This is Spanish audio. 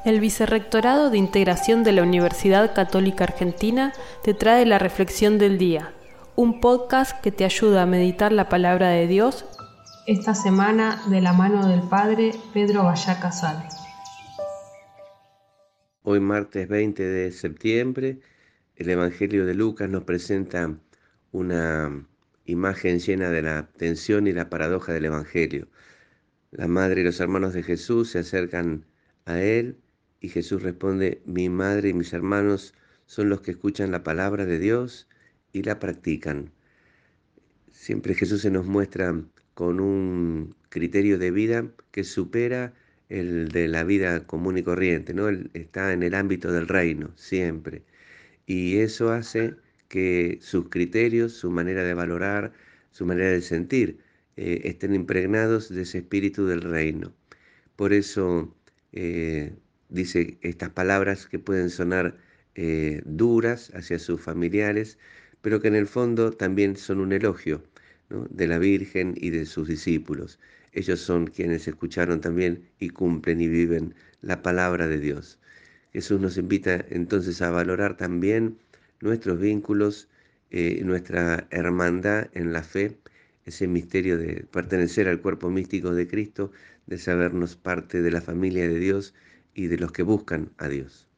El Vicerrectorado de Integración de la Universidad Católica Argentina te trae la Reflexión del Día, un podcast que te ayuda a meditar la palabra de Dios esta semana de la mano del Padre Pedro Gallá Casal. Hoy martes 20 de septiembre, el Evangelio de Lucas nos presenta una imagen llena de la tensión y la paradoja del Evangelio. La madre y los hermanos de Jesús se acercan a él y Jesús responde: mi madre y mis hermanos son los que escuchan la palabra de Dios y la practican. Siempre Jesús se nos muestra con un criterio de vida que supera el de la vida común y corriente, ¿no? Él está en el ámbito del reino, siempre. Y eso hace que sus criterios, su manera de valorar, su manera de sentir, estén impregnados de ese espíritu del reino. Por eso dice estas palabras que pueden sonar duras hacia sus familiares, pero que en el fondo también son un elogio, ¿no?, de la Virgen y de sus discípulos. Ellos son quienes escucharon también y cumplen y viven la palabra de Dios. Jesús nos invita entonces a valorar también nuestros vínculos, nuestra hermandad en la fe, ese misterio de pertenecer al cuerpo místico de Cristo, de sabernos parte de la familia de Dios y de los que buscan a Dios.